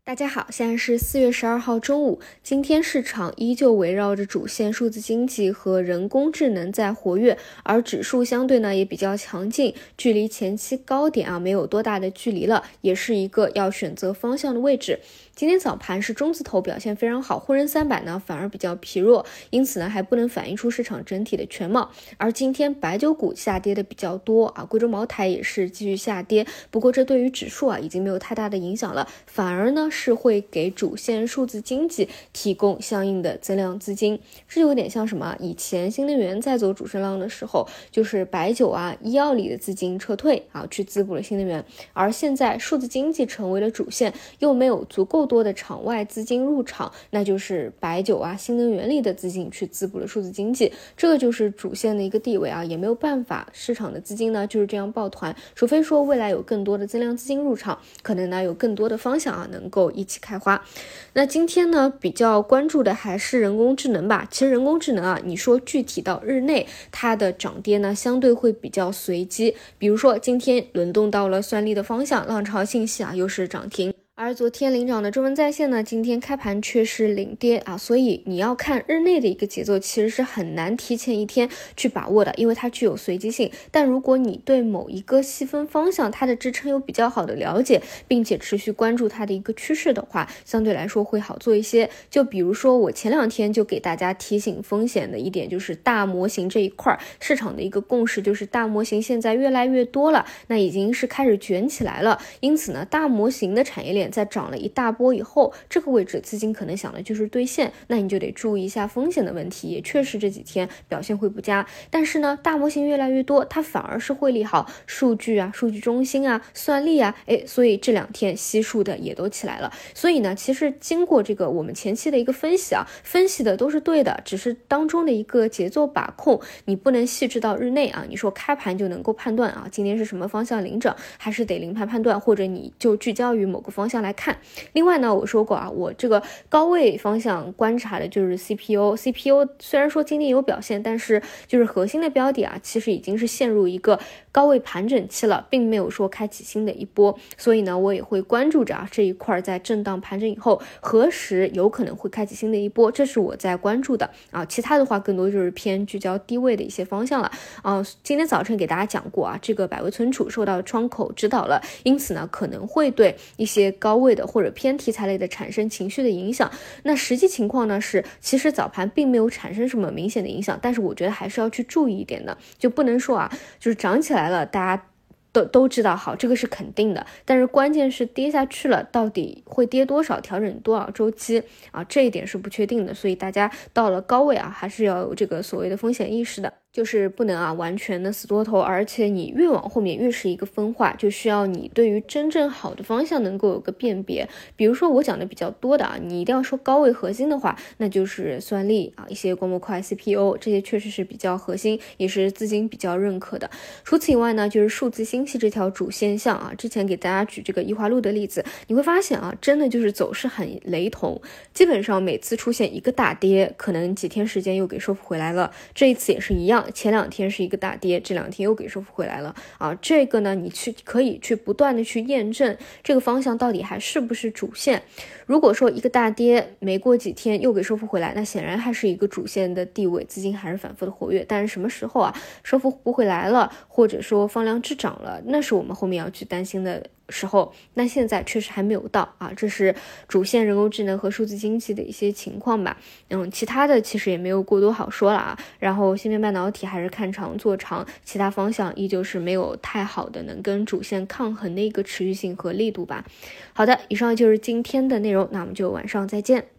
大家好，现在是4月12号中午。今天市场依旧围绕着主线数字经济和人工智能在活跃，而指数相对呢也比较强劲，距离前期高点没有多大的距离了，也是一个要选择方向的位置。今天早盘是中字头表现非常好，沪深300呢反而比较疲弱，因此呢还不能反映出市场整体的全貌。而今天白酒股下跌的比较多贵州茅台也是继续下跌，不过这对于指数已经没有太大的影响了，反而呢是会给主线数字经济提供相应的增量资金。这有点像什么？以前新能源在走主升浪的时候，就是白酒医药里的资金撤退去滋补了新能源，而现在数字经济成为了主线，又没有足够多的场外资金入场，那就是白酒新能源里的资金去滋补了数字经济，这个就是主线的一个地位也没有办法，市场的资金呢就是这样抱团，除非说未来有更多的增量资金入场，可能呢有更多的方向能够一起开花。那今天呢比较关注的还是人工智能吧。其实人工智能你说具体到日内，它的涨跌呢相对会比较随机，比如说今天轮动到了算力的方向，浪潮信息又是涨停。而昨天领涨的中文在线呢，今天开盘却是领跌所以你要看日内的一个节奏，其实是很难提前一天去把握的，因为它具有随机性。但如果你对某一个细分方向它的支撑有比较好的了解，并且持续关注它的一个趋势的话，相对来说会好做一些。就比如说我前2天就给大家提醒风险的一点，就是大模型这一块，市场的一个共识就是大模型现在越来越多了，那已经是开始卷起来了。因此呢，大模型的产业链在涨了一大波以后，这个位置资金可能想的就是兑现，那你就得注意一下风险的问题，也确实这几天表现会不佳。但是呢，大模型越来越多，它反而是会利好数据数据中心算力所以这2天悉数的也都起来了。所以呢，其实经过这个我们前期的一个分析分析的都是对的，只是当中的一个节奏把控，你不能细致到日内你说开盘就能够判断今天是什么方向领涨，还是得临盘判断，或者你就聚焦于某个方向来看。另外呢，我说过我这个高位方向观察的就是 CPU 虽然说今天有表现，但是就是核心的标的其实已经是陷入一个高位盘整期了，并没有说开启新的一波。所以呢，我也会关注着这一块在震荡盘整以后何时有可能会开启新的一波，这是我在关注的其他的话更多就是偏聚焦低位的一些方向了今天早晨给大家讲过这个百位存储受到窗口指导了，因此呢可能会对一些高位的或者偏题材类的产生情绪的影响。那实际情况呢是，其实早盘并没有产生什么明显的影响，但是我觉得还是要去注意一点的，就不能说就是涨起来了大家都知道好，这个是肯定的，但是关键是跌下去了到底会跌多少，调整多少周期这一点是不确定的。所以大家到了高位还是要有这个所谓的风险意识的，就是不能完全的死多头，而且你越往后面越是一个分化，就需要你对于真正好的方向能够有个辨别。比如说我讲的比较多的你一定要说高位核心的话，那就是算力一些光模块 CPU， 这些确实是比较核心，也是资金比较认可的。除此以外呢，就是数字星系这条主线项之前给大家举这个易华路的例子，你会发现真的就是走势很雷同，基本上每次出现一个大跌，可能几天时间又给收复回来了。这一次也是一样，前2天是一个大跌，这2天又给收复回来了这个呢你可以去不断的去验证这个方向到底还是不是主线。如果说一个大跌没过几天又给收复回来，那显然还是一个主线的地位，资金还是反复的活跃。但是什么时候收复不回来了，或者说放量滞涨了，那是我们后面要去担心的时候。那现在确实还没有到这是主线人工智能和数字经济的一些情况吧。其他的其实也没有过多好说了然后芯片半导体还是看长做长，其他方向依旧是没有太好的能跟主线抗衡的一个持续性和力度吧。好的，以上就是今天的内容，那我们就晚上再见。